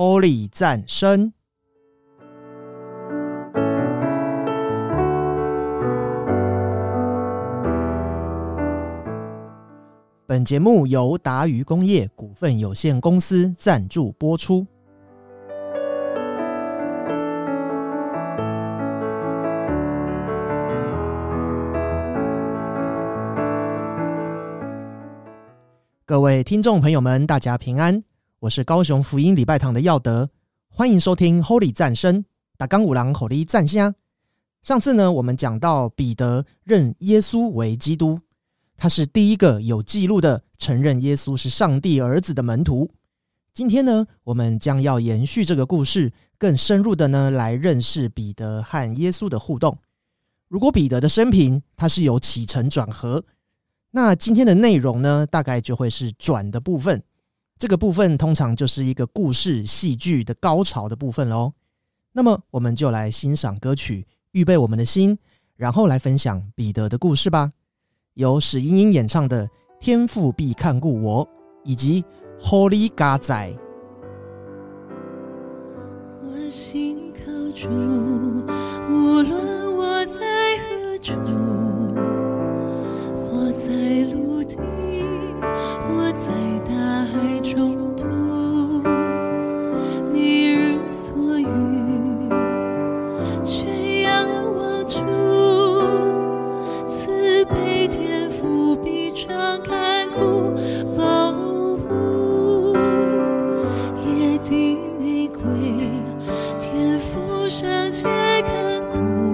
Holy 赞声。本节目由达渝工业股份有限公司赞助播出。各位听众朋友们，大家平安，我是高雄福音礼拜堂的耀德，欢迎收听 Holy 赞声，大家有人给你赞声。上次呢，我们讲到彼得认耶稣为基督，他是第一个有记录的承认耶稣是上帝儿子的门徒。今天呢，我们将要延续这个故事，更深入的呢来认识彼得和耶稣的互动。如果彼得的生平他是有起承转合，那今天的内容呢，大概就会是转的部分。这个部分通常就是一个故事戏剧的高潮的部分咯。那么我们就来欣赏歌曲，预备我们的心，然后来分享彼得的故事吧。由史英英演唱的《天父必看顾我》，以及 Holy 嘎仔。 我心靠主，无论我在何处，或在陆地，或在大海中途，你日所遇，全仰望主，慈悲天父必常看顾保护，野地玫瑰天父尚且看顾，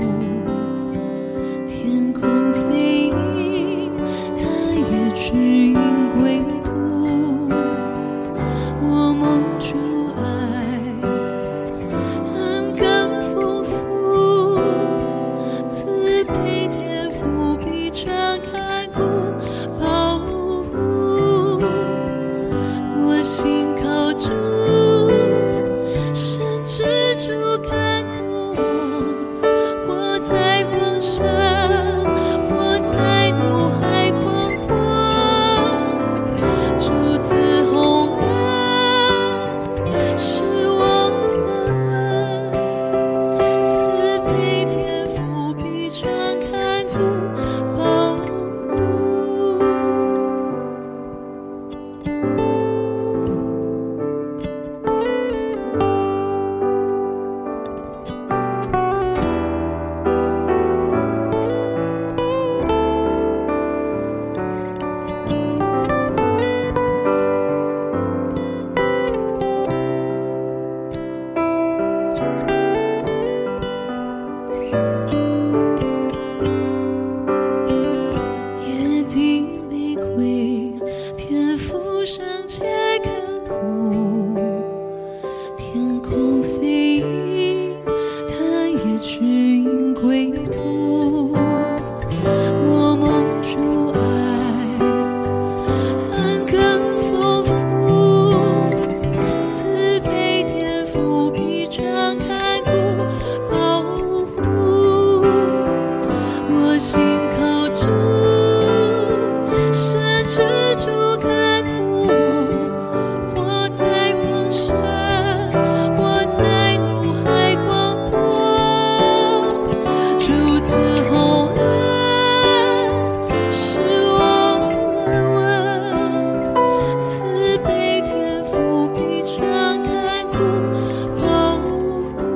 天空飞鹰他也指引归途，我蒙主爱恩更丰富，慈悲天父必常看顾保护，我心靠主，神之主看顾我，我在荒山，我在怒海狂波，主赐洪恩使我安稳，慈悲天父必常看顾保护。野地玫瑰天父尚且看顾，天空飞鹰他也指引归途，我蒙主爱恩更丰富，慈悲天父必常看顾保护，我心靠主，神之主看顾我，我在荒山，我在怒海狂波，主赐洪恩使我安稳，慈悲天父必常看顾保护。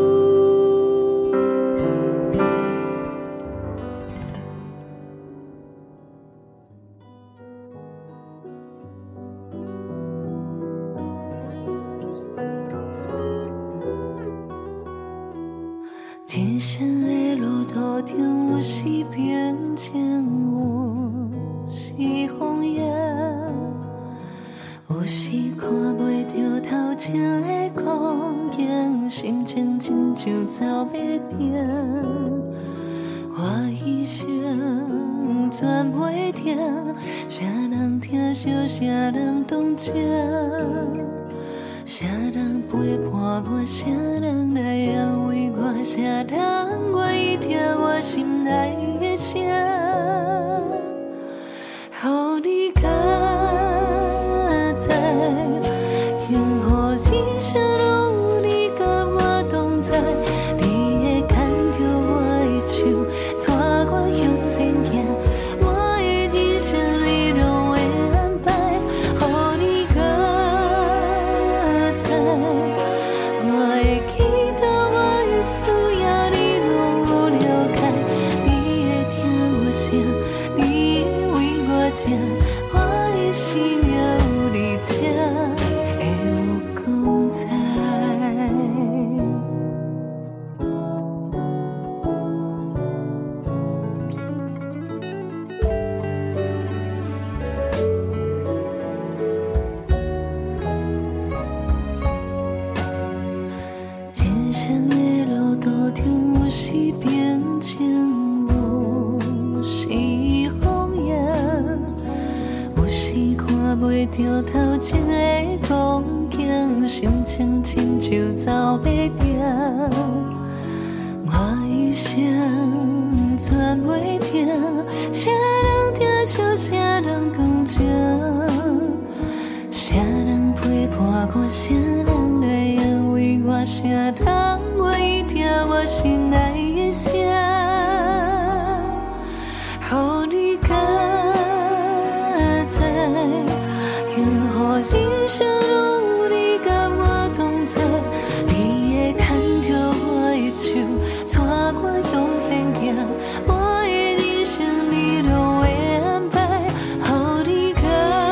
艰险的路途中，我是变迁，我是谎言，有时看袂到头前的光景，心情亲像走袂定，我一生转袂停，谁人听惜，谁人同情，谁人陪伴我，谁人来安慰我，谁人愿意听我心内的声，予你敢知，幸福一生拢有你甲我同在，你会牵着我的手，带我向前行。我的人生你拢会安排，予你搁在。我会祈祷，我的需要你拢有了解，你会听我声，你会为我静，我的生命有你这会有光彩。人生的路途中，有时平静，有时风雨，有时看袂着头前的光景，心情亲像走袂定。我一生全袂定，谁人疼惜，谁人同情，谁人陪伴我，谁人来安慰我，谁人会听我心内的声，予你搁在，幸福人生拢有你甲我同在，你会牵着我的手，带我向前行。我的人生你拢会安排，予你搁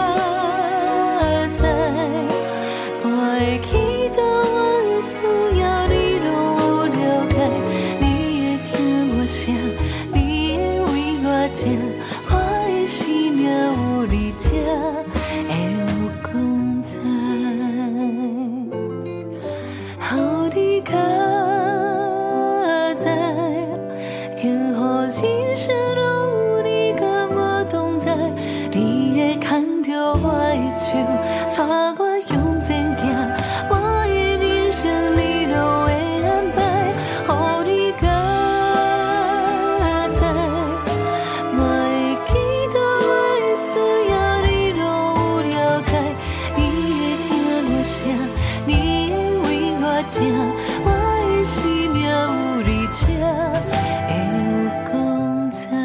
在。我会祈祷，我的需要你拢有了解，你会听我声，你会为我静，我的生命有你这会有光彩，予你搁在，幸福人生拢有你甲我同在，你会牵着我的手，带我向前行。我的人生你拢会安排，予你搁在。我会祈祷，我的需要你拢有了解，你会听我声，你会为我静，我的生命有你这会有光彩。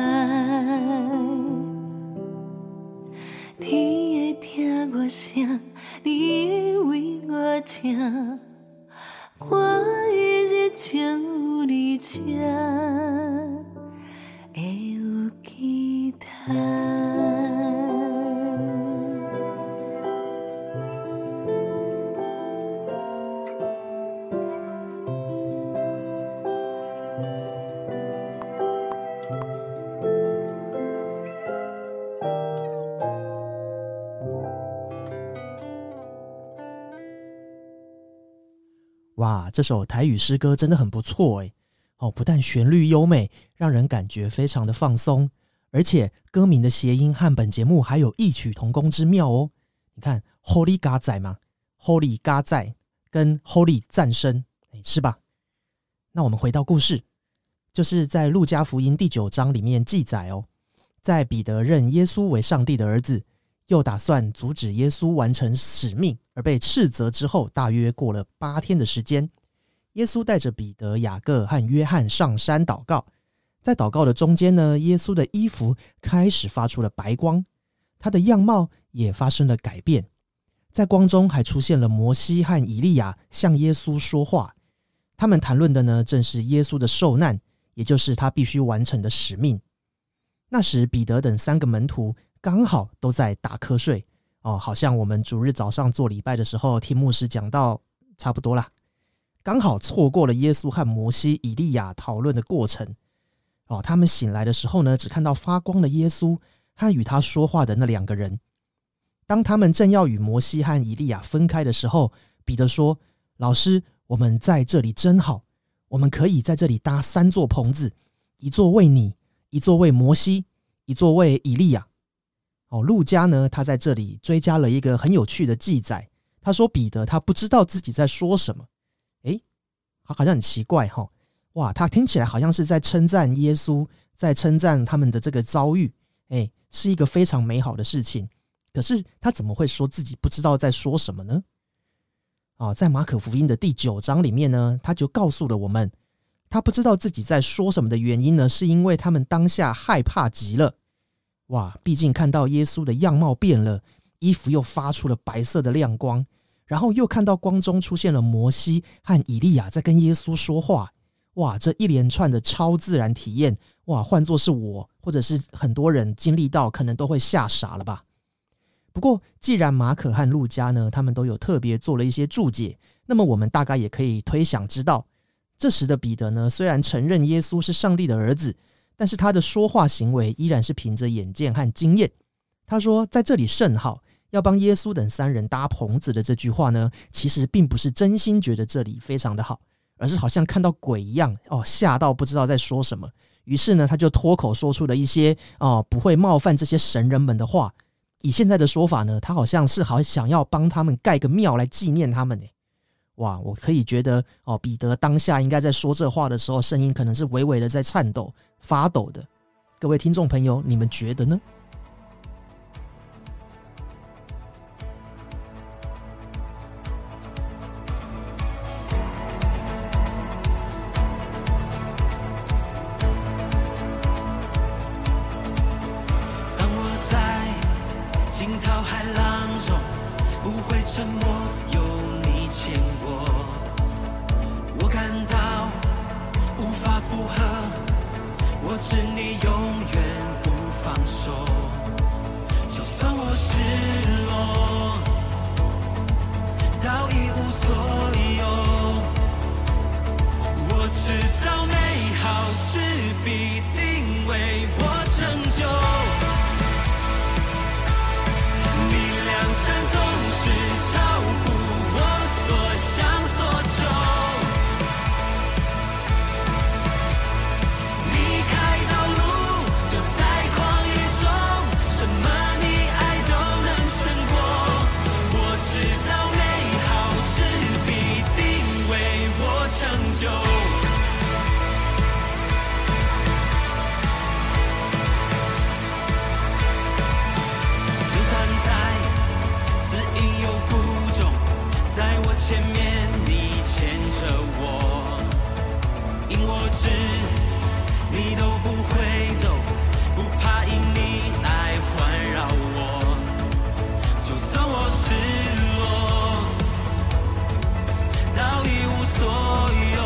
你会听我声，你会为我静，我的热情有你这会有期待。 哇，这首台语诗歌真的很不错诶。不但旋律优美，让人感觉非常的放松，而且歌名的谐音和本节目还有异曲同工之妙哦。你看 Holy 嘎仔嘛 Holy 嘎仔跟 Holy 赞声，是吧？那我们回到故事，就是在路加福音第9章里面记载哦，在彼得认耶稣为上帝的儿子，又打算阻止耶稣完成使命而被斥责之后，大约过了8天的时间，耶稣带着彼得、雅各和约翰上山祷告。在祷告的中间呢，耶稣的衣服开始发出了白光，他的样貌也发生了改变，在光中还出现了摩西和以利亚向耶稣说话。他们谈论的呢，正是耶稣的受难，也就是他必须完成的使命。那时彼得等3个门徒刚好都在打瞌睡好像我们主日早上做礼拜的时候听牧师讲到差不多啦，刚好错过了耶稣和摩西、以利亚讨论的过程他们醒来的时候呢，只看到发光的耶稣和与他说话的那2个人。当他们正要与摩西和以利亚分开的时候，彼得说：老师，我们在这里真好，我们可以在这里搭3座棚子，一座为你，一座为摩西，一座为以利亚。路加呢，他在这里追加了一个很有趣的记载，他说彼得他不知道自己在说什么。好像很奇怪哇，他听起来好像是在称赞耶稣，在称赞他们的这个遭遇，是一个非常美好的事情。可是他怎么会说自己不知道在说什么呢？ 在马可福音的第9章里面呢，他就告诉了我们，他不知道自己在说什么的原因呢，是因为他们当下害怕极了。哇，毕竟看到耶稣的样貌变了，衣服又发出了白色的亮光，然后又看到光中出现了摩西和以利亚在跟耶稣说话。哇，这一连串的超自然体验，哇，换作是我或者是很多人经历到，可能都会吓傻了吧。不过既然马可和路加呢，他们都有特别做了一些注解，那么我们大概也可以推想知道，这时的彼得呢，虽然承认耶稣是上帝的儿子，但是他的说话行为依然是凭着眼见和经验。他说在这里甚好，要帮耶稣等3人搭棚子的这句话呢，其实并不是真心觉得这里非常的好，而是好像看到鬼一样，吓到不知道在说什么。于是呢，他就脱口说出了一些不会冒犯这些神人们的话。以现在的说法呢，他好像是想要帮他们盖个庙来纪念他们耶。哇，我可以觉得彼得当下应该在说这话的时候，声音可能是微微的在颤抖发抖的。各位听众朋友，你们觉得呢？ 沉默有你牵我，我感到无法负荷，我知你永远不放手，就算我失落到一无所有，我知道美好事必定为我成就。前面你牵着我，因我知你都不会走，不怕因你爱环绕我，就算我失落到一无所有，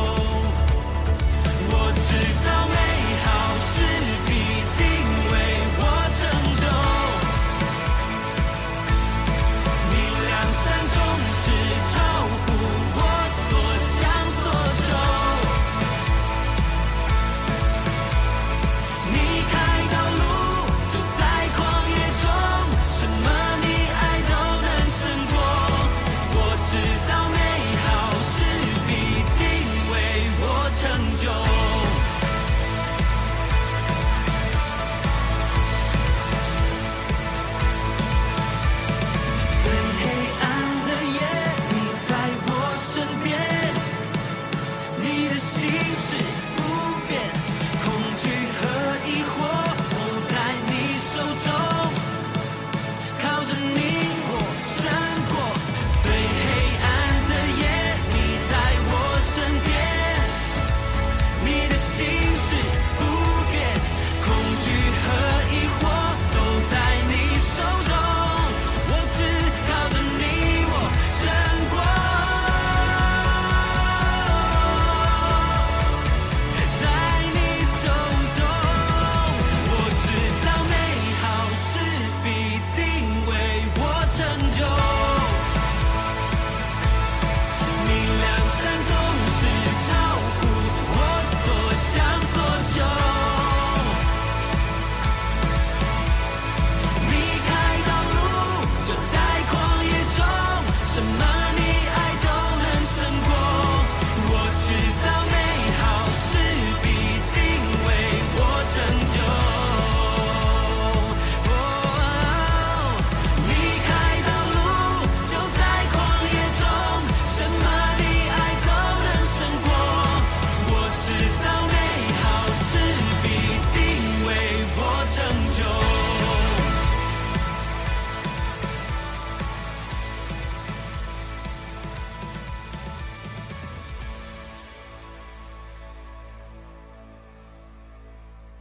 我知道美好事必定为我成就，你良善终是超乎我所想所求，你开道路就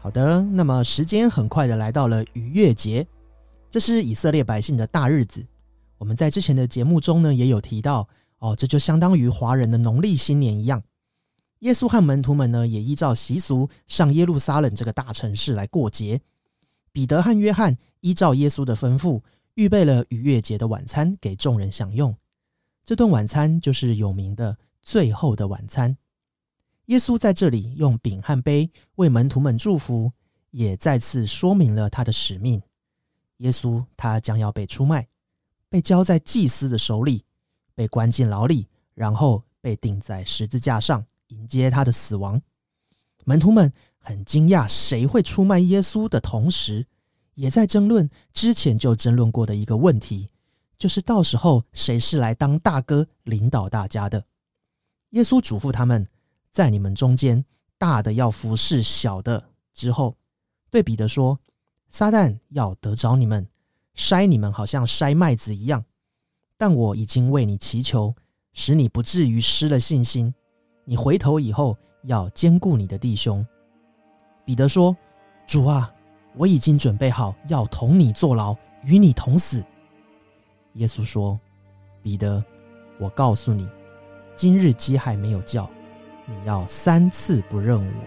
好的，那么时间很快的来到了逾越节，这是以色列百姓的大日子。我们在之前的节目中呢也有提到这就相当于华人的农历新年一样。耶稣和门徒们呢也依照习俗上耶路撒冷这个大城市来过节。彼得和约翰依照耶稣的吩咐，预备了逾越节的晚餐给众人享用。这顿晚餐就是有名的最后的晚餐。耶稣在这里用饼和杯为门徒们祝福，也再次说明了他的使命。耶稣他将要被出卖，被交在祭司的手里，被关进牢里，然后被钉在十字架上，迎接他的死亡。门徒们很惊讶谁会出卖耶稣的同时，也在争论之前就争论过的一个问题，就是到时候谁是来当大哥领导大家的。耶稣嘱咐他们，在你们中间大的要服侍小的之后，对彼得说，撒旦要得着你们，筛你们好像筛麦子一样，但我已经为你祈求，使你不至于失了信心。你回头以后要兼顾你的弟兄。彼得说，主啊，我已经准备好要同你坐牢，与你同死。耶稣说，彼得，我告诉你，今日鸡还没有叫，你要3次不认我。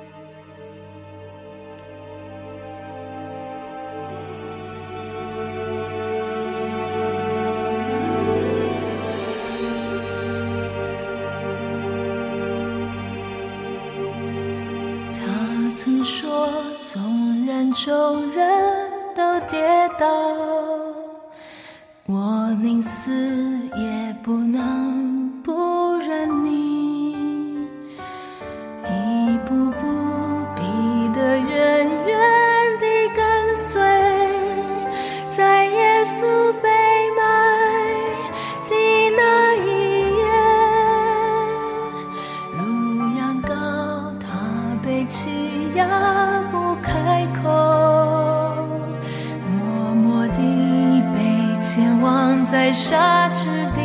他曾说，纵然众人都跌倒，我宁死也不能不认你。一步步逼得远远地跟随，在耶稣被卖的那一夜，如羊羔他被欺压不开口，默默地被前往在沙之地。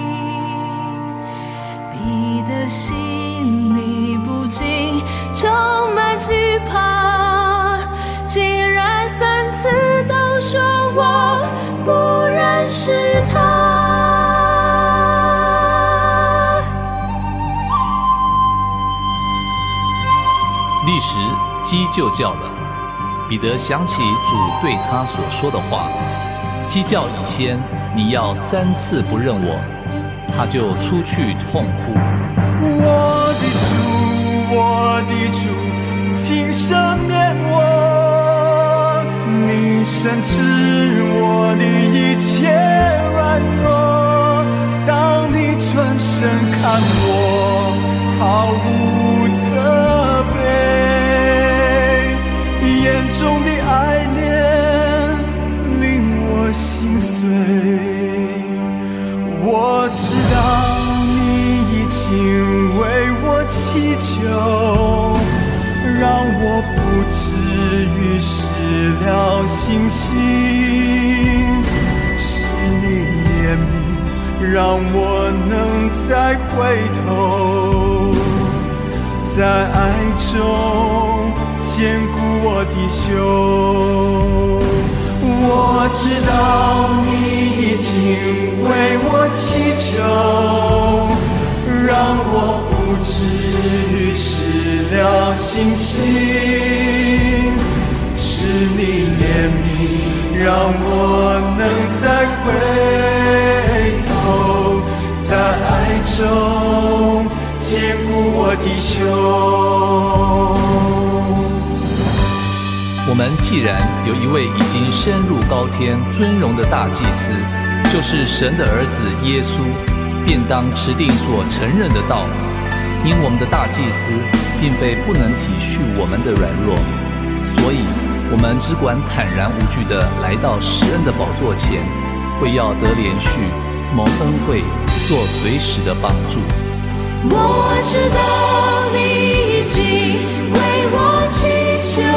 彼得心里不禁充满惧怕，竟然3次都说我不认识他。 立时鸡就叫了，彼得想起主对他所说的话，鸡叫以先，你要3次不认我，他就出去痛哭。 我的主，我的主，请赦免我，你深知我的一切软弱，当你转身看我，毫无责备，眼中的爱恋令我心碎。我知道你已经为我祈求，让我不至于失了信心，是你怜悯，让我能再回头，在爱中坚固我弟兄。我知道你已经为我祈求，让我不至于失了信心，是你怜悯，让我能再回头，在爱中坚固我弟兄。 我们既然有一位已经升入高天尊荣的大祭司，就是神的儿子耶稣，便当持定所承认的道。因我们的大祭司并非不能体恤我们的软弱，所以我们只管坦然无惧地来到施恩的宝座前，为要得连续蒙恩惠，做随时的帮助。 我知道你已经为我祈求，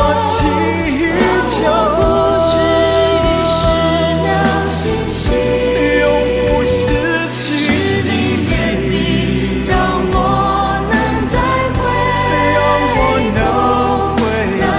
让我不至于失了信心， 永不失去信心， 让我能再回头，在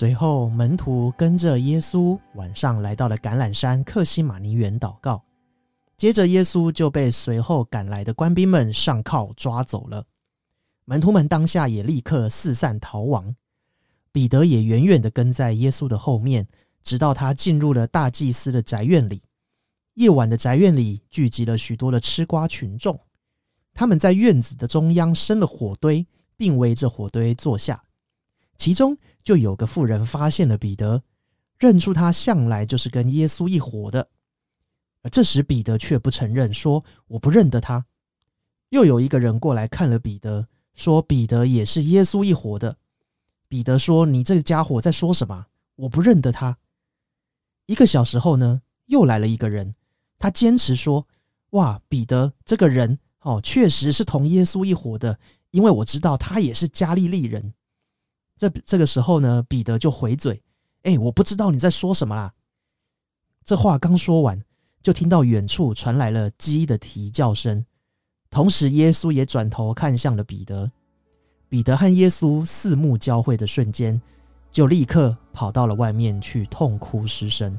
随后门徒跟着耶稣晚上来到了橄榄山客西马尼园祷告，接着耶稣就被随后赶来的官兵们上铐抓走了。门徒们当下也立刻四散逃亡，彼得也远远地跟在耶稣的后面，直到他进入了大祭司的宅院里。夜晚的宅院里聚集了许多的吃瓜群众，他们在院子的中央生了火堆，并围着火堆坐下。其中就有个妇人发现了彼得，认出他向来就是跟耶稣一伙的。而这时彼得却不承认，说我不认得他。又有一个人过来看了彼得，说彼得也是耶稣一伙的。彼得说，你这个家伙在说什么？我不认得他。1个小时后呢，又来了一个人，他坚持说，哇，彼得这个人确实是同耶稣一伙的，因为我知道他也是加利利人。这个时候呢，彼得就回嘴，我不知道你在说什么啦。这话刚说完，就听到远处传来了鸡的啼叫声，同时耶稣也转头看向了彼得。彼得和耶稣四目交汇的瞬间，就立刻跑到了外面去痛哭失声。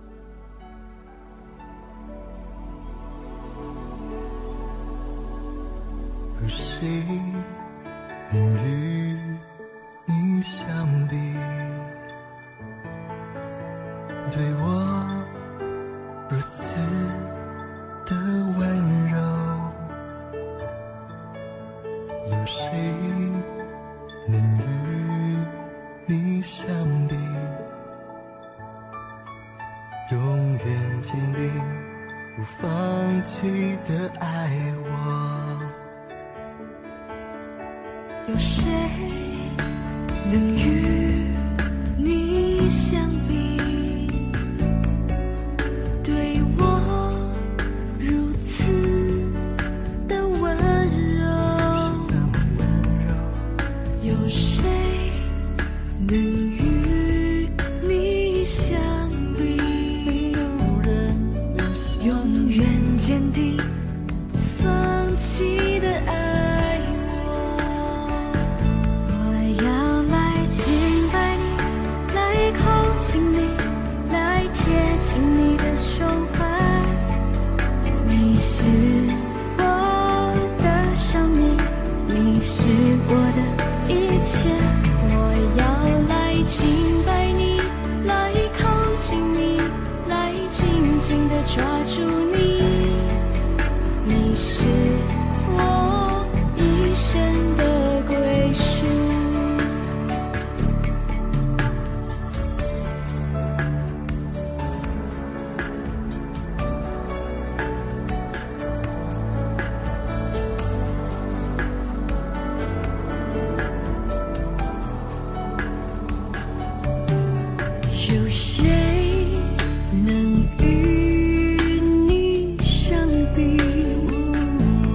而谁能与你相比，对我如此的温柔？有谁能与你相比，永远坚定不放弃的爱我？ 有谁能与你相比，对我如此的温柔？有谁能与你相比，永远坚定不放弃的爱？抓住你，你是我一生的归属。有谁能与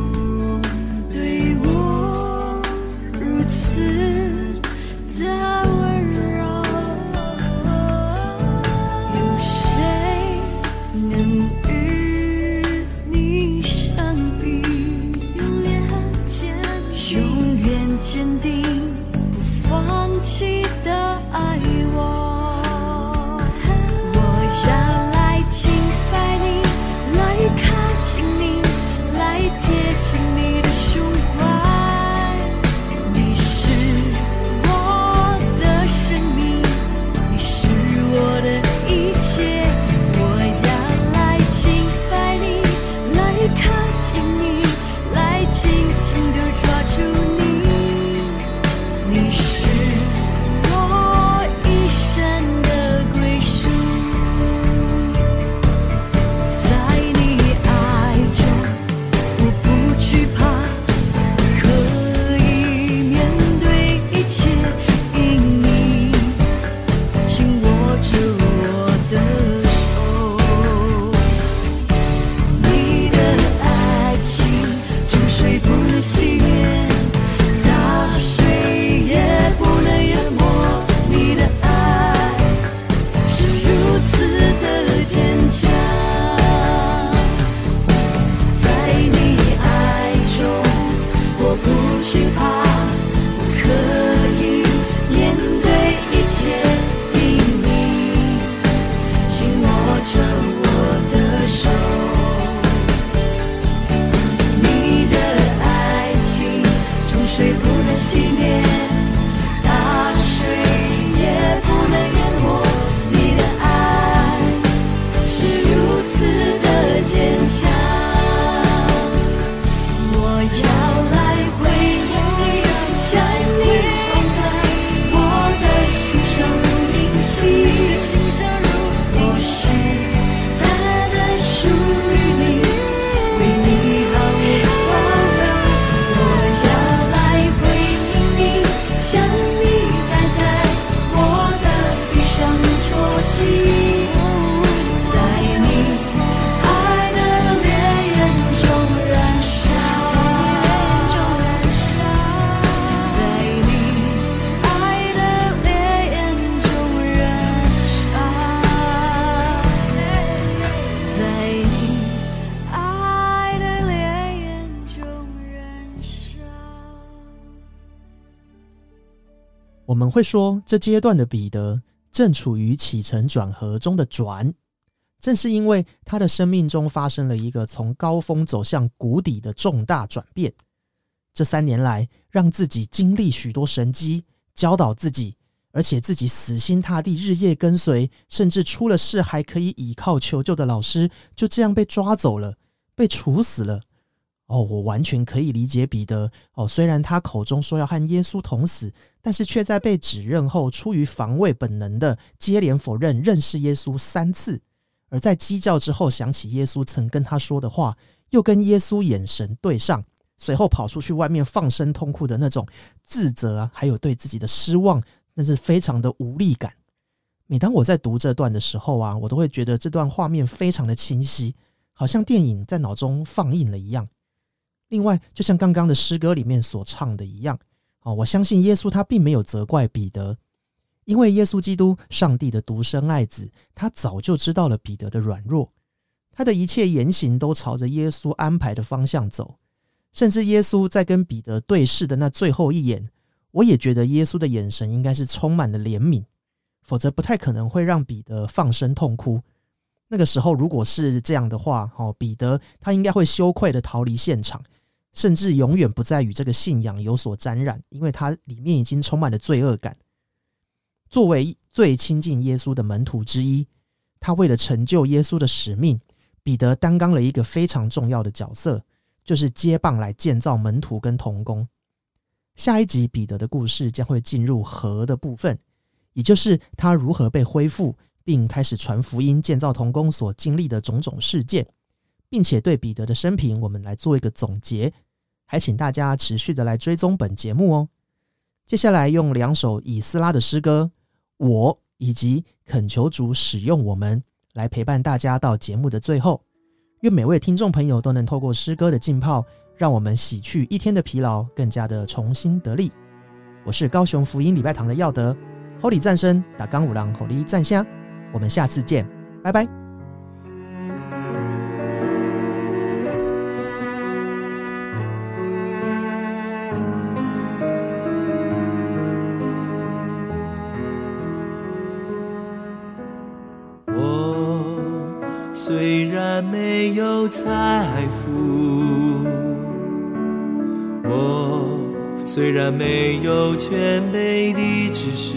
我们会说这阶段的彼得正处于起承转合中的转，正是因为他的生命中发生了一个从高峰走向谷底的重大转变。这3年来让自己经历许多神迹，教导自己，而且自己死心塌地日夜跟随，甚至出了事还可以倚靠求救的老师就这样被抓走了，被处死了。我完全可以理解彼得虽然他口中说要和耶稣同死，但是却在被指认后出于防卫本能的接连否认认识耶稣3次，而在鸡叫之后想起耶稣曾跟他说的话，又跟耶稣眼神对上，随后跑出去外面放声痛哭的那种自责还有对自己的失望，那是非常的无力感。每当我在读这段的时候我都会觉得这段画面非常的清晰，好像电影在脑中放映了一样。另外就像刚刚的诗歌里面所唱的一样我相信耶稣他并没有责怪彼得，因为耶稣基督上帝的独生爱子，他早就知道了彼得的软弱，他的一切言行都朝着耶稣安排的方向走。甚至耶稣在跟彼得对视的那最后一眼，我也觉得耶稣的眼神应该是充满了怜悯，否则不太可能会让彼得放声痛哭。那个时候如果是这样的话彼得他应该会羞愧的逃离现场，甚至永远不再与这个信仰有所沾染，因为他里面已经充满了罪恶感。作为最亲近耶稣的门徒之一，他为了成就耶稣的使命，彼得担当了一个非常重要的角色，就是接棒来建造门徒跟同工。下一集彼得的故事将会进入和的部分，也就是他如何被恢复，并开始传福音建造同工所经历的种种事件，并且对彼得的生平我们来做一个总结，还请大家持续的来追踪本节目接下来用2首以斯拉的诗歌我以及恳求主使用我们来陪伴大家到节目的最后。愿每位听众朋友都能透过诗歌的浸泡，让我们洗去一天的疲劳，更加的重新得力。我是高雄福音礼拜堂的耀德，侯礼赞声打刚五郎侯礼赞香，我们下次见，拜拜。 虽然没有财富，我虽然没有全备的知识，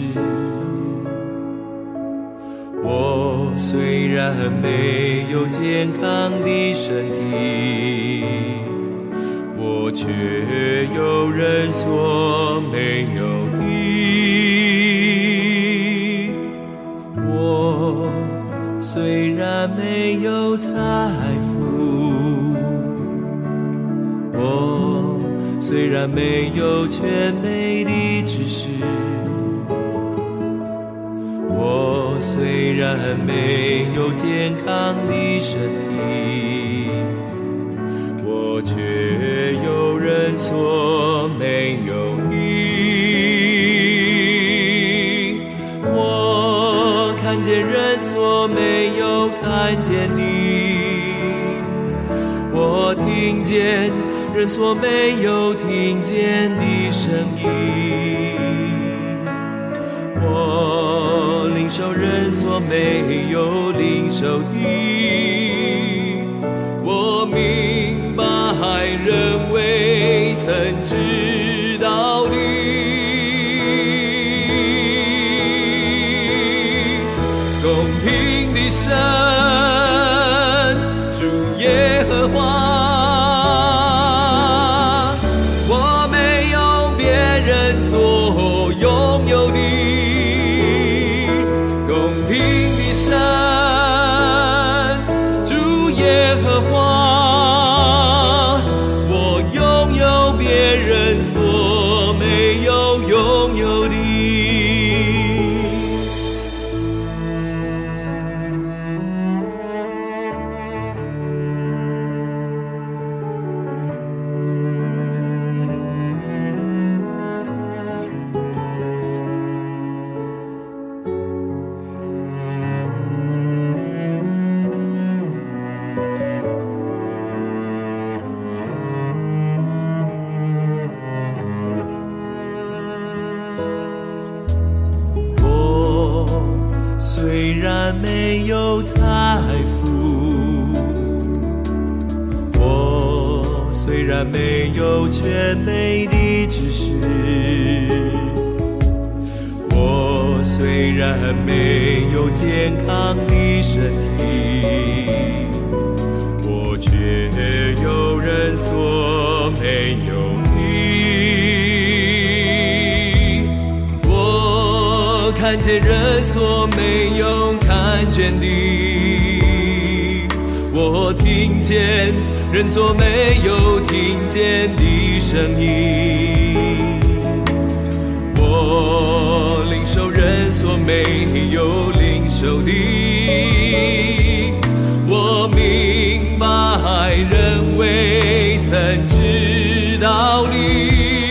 我虽然没有健康的身体，我却有人所没有的。我虽然没有财富，我虽然没有全备的知识，我虽然没有健康的身体，我却有人所没有的。我看见人所没有看见的，我听见人所没有听见的声音，我领受人所没有领受的，我明白人未曾知道的。公平的神，主耶和华，我没有别人所拥有的。公平的神，主耶和华，我拥有别人所没有拥有的。 然没有全美的知识，我虽然没有健康的身体，我却有人所没有的。我看见人所没有看见的，我听见人所没有听见的声音，我领受人所没有领受的，我明白人未曾知道你。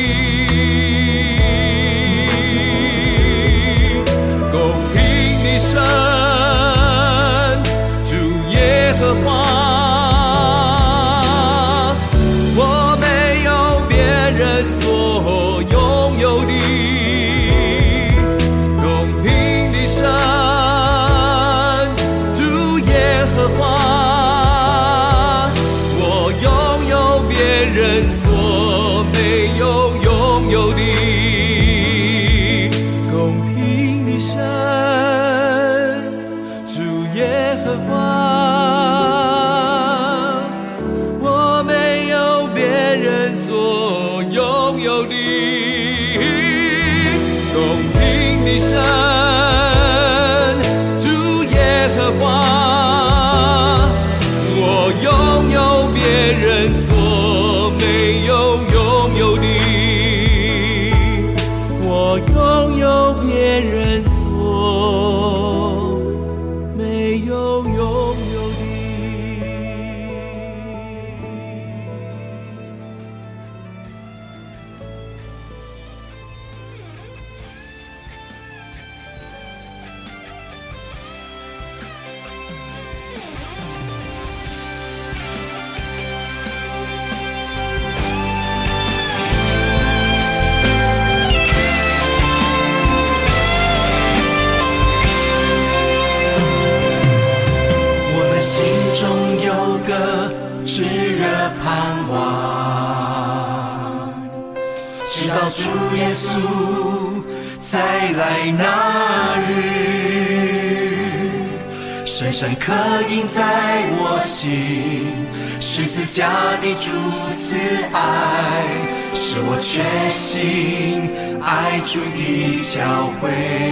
主耶稣再来那日，深深刻印在我心，十字架的主慈爱，使我全心爱主的教会，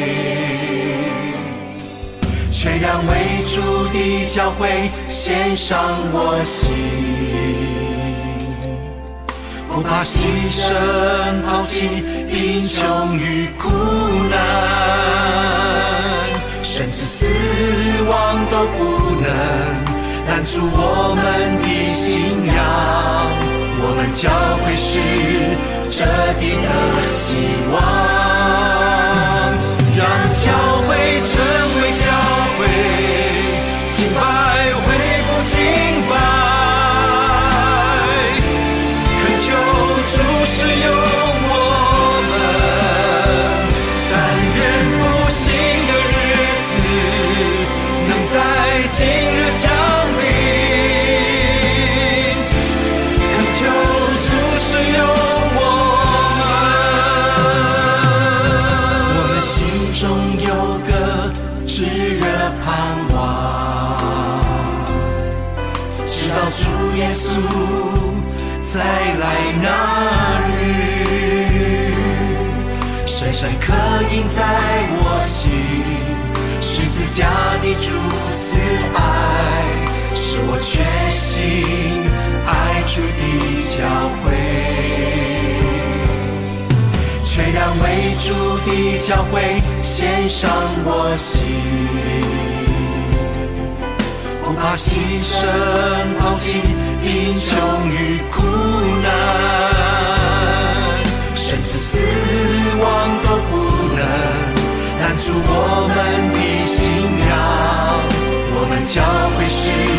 全然为主的教会献上我心，不怕牺牲抛弃贫穷与苦难，甚至死亡都不能拦阻我们的信仰。我们教会是这地的希望，让教会成为教会，敬拜恢复敬拜，主使用我们，但愿复兴的日子能在今日降临，恳求主使用我们。我们心中有个炙热盼望，直到主耶稣再来那日，深深刻印在我心，十字架的主慈爱，使我全心爱主的教会，全然为主的教会献上我心，不怕牺牲抛弃贫穷与苦难，甚至死亡都不能拦阻我们的信仰。我们教会是